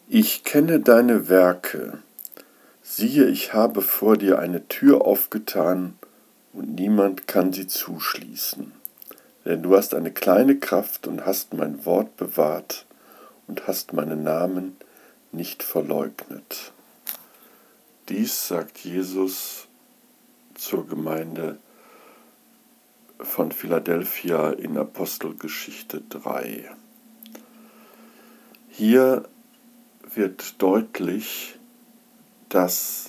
Ich kenne deine Werke. Siehe, ich habe vor dir eine Tür aufgetan, und niemand kann sie zuschließen. Denn du hast eine kleine Kraft und hast mein Wort bewahrt und hast meinen Namen nicht verleugnet. Dies sagt Jesus zur Gemeinde von Philadelphia in Apostelgeschichte 3. Hier wird deutlich, dass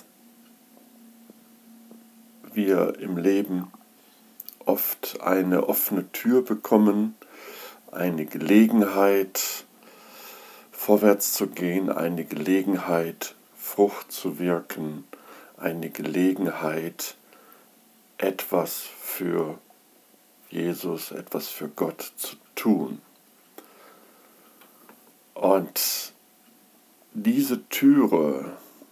wir im Leben oft eine offene Tür bekommen, eine Gelegenheit, vorwärts zu gehen, eine Gelegenheit, Frucht zu wirken, eine Gelegenheit, etwas für Jesus, etwas für Gott zu tun. Und diese Türe,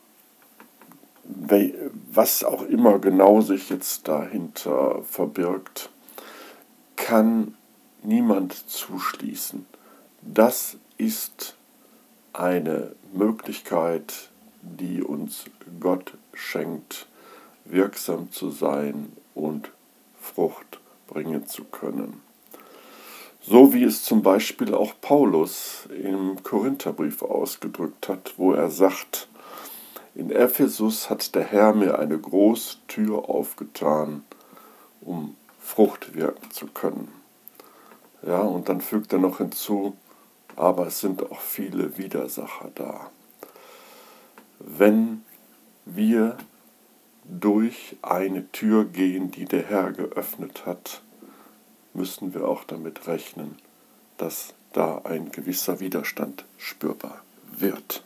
was auch immer genau sich jetzt dahinter verbirgt, kann niemand zuschließen. Das ist eine Möglichkeit, die uns Gott schenkt, wirksam zu sein und Frucht bringen zu können. So wie es zum Beispiel auch Paulus im Korintherbrief ausgedrückt hat, wo er sagt, in Ephesus hat der Herr mir eine große Tür aufgetan, um Frucht wirken zu können. Ja, und dann fügt er noch hinzu, aber es sind auch viele Widersacher da. Wenn wir durch eine Tür gehen, die der Herr geöffnet hat, müssen wir auch damit rechnen, dass da ein gewisser Widerstand spürbar wird.